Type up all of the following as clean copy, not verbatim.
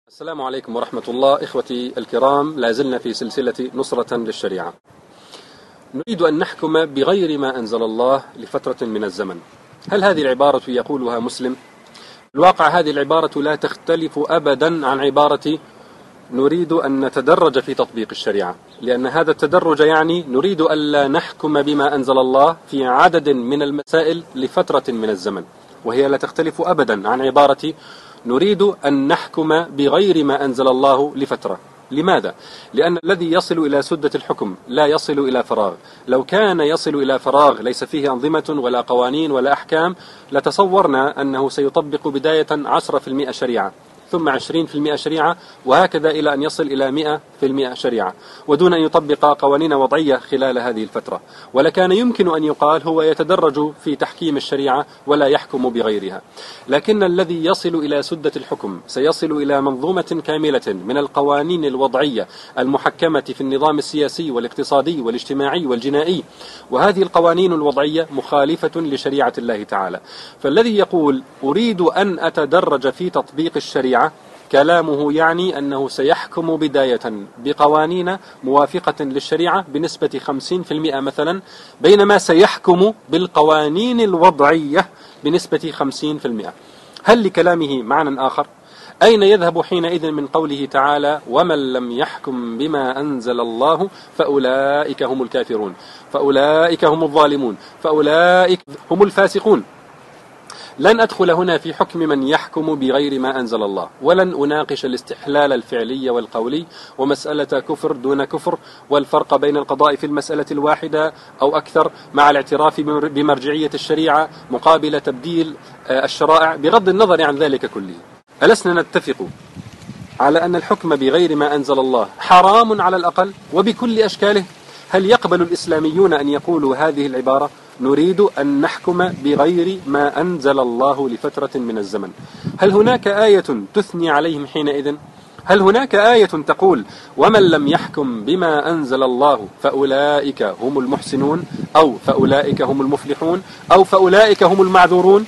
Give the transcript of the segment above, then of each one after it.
السلام عليكم ورحمة الله. إخوتي الكرام، لا زلنا في سلسلة نصرة للشريعة. نريد أن نحكم بغير ما أنزل الله لفترة من الزمن. هل هذه العبارة يقولها مسلم؟ الواقع هذه العبارة لا تختلف أبدا عن عبارة نريد أن نتدرج في تطبيق الشريعة، لأن هذا التدرج يعني نريد ألا نحكم بما أنزل الله في عدد من المسائل لفترة من الزمن، وهي لا تختلف أبدا عن عبارة نريد أن نحكم بغير ما أنزل الله لفترة. لماذا؟ لأن الذي يصل إلى سدة الحكم لا يصل إلى فراغ. لو كان يصل إلى فراغ ليس فيه أنظمة ولا قوانين ولا أحكام لتصورنا أنه سيطبق بداية 10% شريعة، ثم 20% شريعة، وهكذا إلى أن يصل إلى 100% شريعة، ودون أن يطبق قوانين وضعية خلال هذه الفترة. ولكان يمكن أن يقال هو يتدرج في تحكيم الشريعة ولا يحكم بغيرها. لكن الذي يصل إلى سدة الحكم سيصل إلى منظومة كاملة من القوانين الوضعية المحكمة في النظام السياسي والاقتصادي والاجتماعي والجنائي، وهذه القوانين الوضعية مخالفة لشريعة الله تعالى. فالذي يقول أريد أن أتدرج في تطبيق الشريعة كلامه يعني أنه سيحكم بداية بقوانين موافقة للشريعة بنسبة 50% مثلا، بينما سيحكم بالقوانين الوضعية بنسبة 50%. هل لكلامه معنى آخر؟ أين يذهب حينئذ من قوله تعالى ومن لم يحكم بما أنزل الله فأولئك هم الكافرون، فأولئك هم الظالمون، فأولئك هم الفاسقون؟ لن أدخل هنا في حكم من يحكم بغير ما أنزل الله، ولن أناقش الاستحلال الفعلي والقولي ومسألة كفر دون كفر، والفرق بين القضاء في المسألة الواحدة أو أكثر مع الاعتراف بمرجعية الشريعة مقابل تبديل الشرائع، بغض النظر عن ذلك كله. ألسنا نتفق على أن الحكم بغير ما أنزل الله حرام على الأقل وبكل أشكاله؟ هل يقبل الإسلاميون أن يقولوا هذه العبارة نريد أن نحكم بغير ما أنزل الله لفترة من الزمن؟ هل هناك آية تثني عليهم حينئذ؟ هل هناك آية تقول ومن لم يحكم بما أنزل الله فأولئك هم المحسنون، أو فأولئك هم المفلحون، أو فأولئك هم المعذورون؟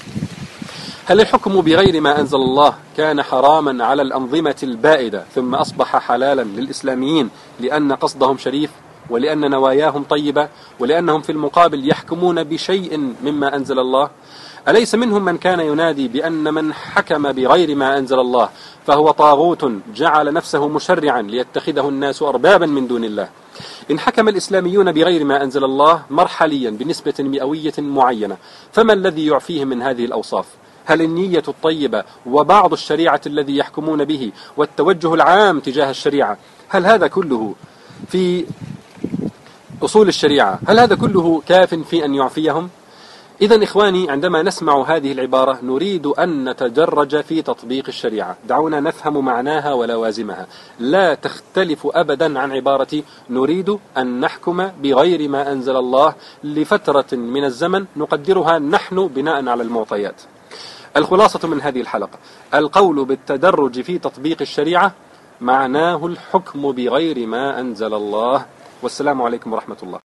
هل الحكم بغير ما أنزل الله كان حراما على الأنظمة البائدة ثم أصبح حلالا للإسلاميين لأن قصدهم شريف ولأن نواياهم طيبة ولأنهم في المقابل يحكمون بشيء مما أنزل الله؟ أليس منهم من كان ينادي بأن من حكم بغير ما أنزل الله فهو طاغوت جعل نفسه مشرعا ليتخذه الناس أربابا من دون الله؟ إن حكم الإسلاميون بغير ما أنزل الله مرحليا بنسبة مئوية معينة، فما الذي يعفيهم من هذه الأوصاف؟ هل النية الطيبة وبعض الشريعة الذي يحكمون به والتوجه العام تجاه الشريعة، هل هذا كله في أصول الشريعة، هل هذا كله كاف في أن يعفيهم؟ إذن إخواني، عندما نسمع هذه العبارة نريد أن نتدرج في تطبيق الشريعة، دعونا نفهم معناها ولوازمها. لا تختلف أبدا عن عبارة نريد أن نحكم بغير ما أنزل الله لفترة من الزمن نقدرها نحن بناء على المعطيات. الخلاصة من هذه الحلقة: القول بالتدرج في تطبيق الشريعة معناه الحكم بغير ما أنزل الله. والسلام عليكم ورحمة الله.